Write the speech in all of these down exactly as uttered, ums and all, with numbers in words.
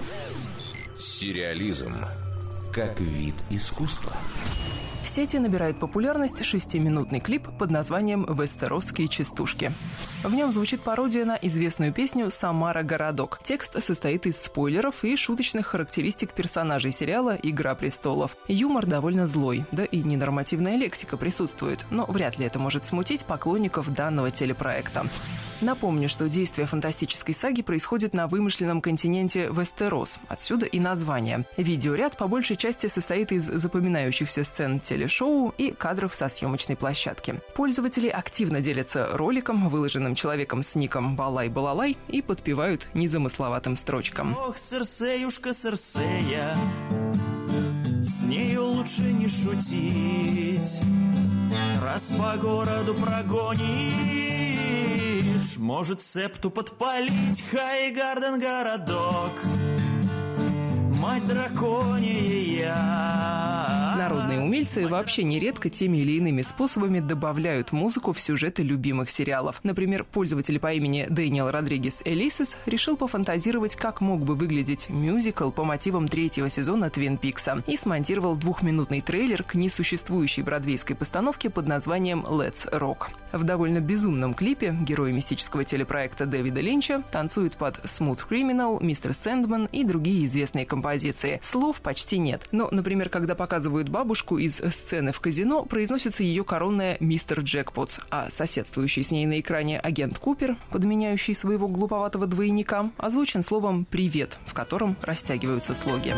Сериализм как вид искусства. В сети набирает популярность шестиминутный клип под названием «Вестеросские частушки». В нем звучит пародия на известную песню «Самара городок». Текст состоит из спойлеров и шуточных характеристик персонажей сериала «Игра престолов». Юмор довольно злой, да и ненормативная лексика присутствует, но вряд ли это может смутить поклонников данного телепроекта. Напомню, что действие фантастической саги происходит на вымышленном континенте Вестерос, отсюда и название. Видеоряд по большей части состоит из запоминающихся сцен телешоу и кадров со съемочной площадки. Пользователи активно делятся роликом, выложенным человеком с ником Балай-Балалай, и подпевают незамысловатым строчкам. Ох, Серсеюшка, Серсея, с нею лучше не шутить, раз по городу прогонишь, может септу подпалить. Хайгарден городок, мать драконья. Народные умельцы вообще нередко теми или иными способами добавляют музыку в сюжеты любимых сериалов. Например, пользователь по имени Дэниел Родригес Элисис решил пофантазировать, как мог бы выглядеть мюзикл по мотивам третьего сезона Твин Пикса, и смонтировал двухминутный трейлер к несуществующей бродвейской постановке под названием «Let's Rock». В довольно безумном клипе герои мистического телепроекта Дэвида Линча танцуют под «Smooth Criminal», «мистер Сэндман» и другие известные композиции. Слов почти нет. Но, например, когда показывают бабушку из сцены в казино, произносится ее коронная «Мистер Джекпотс», а соседствующий с ней на экране агент Купер, подменяющий своего глуповатого двойника, озвучен словом «привет», в котором растягиваются слоги.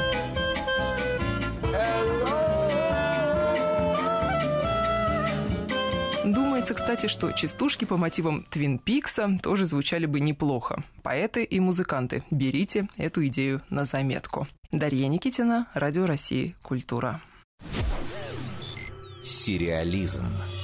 Думается, кстати, что частушки по мотивам Твин Пикса тоже звучали бы неплохо. Поэты и музыканты, берите эту идею на заметку. Дарья Никитина, Радио России «Культура». Сериализм.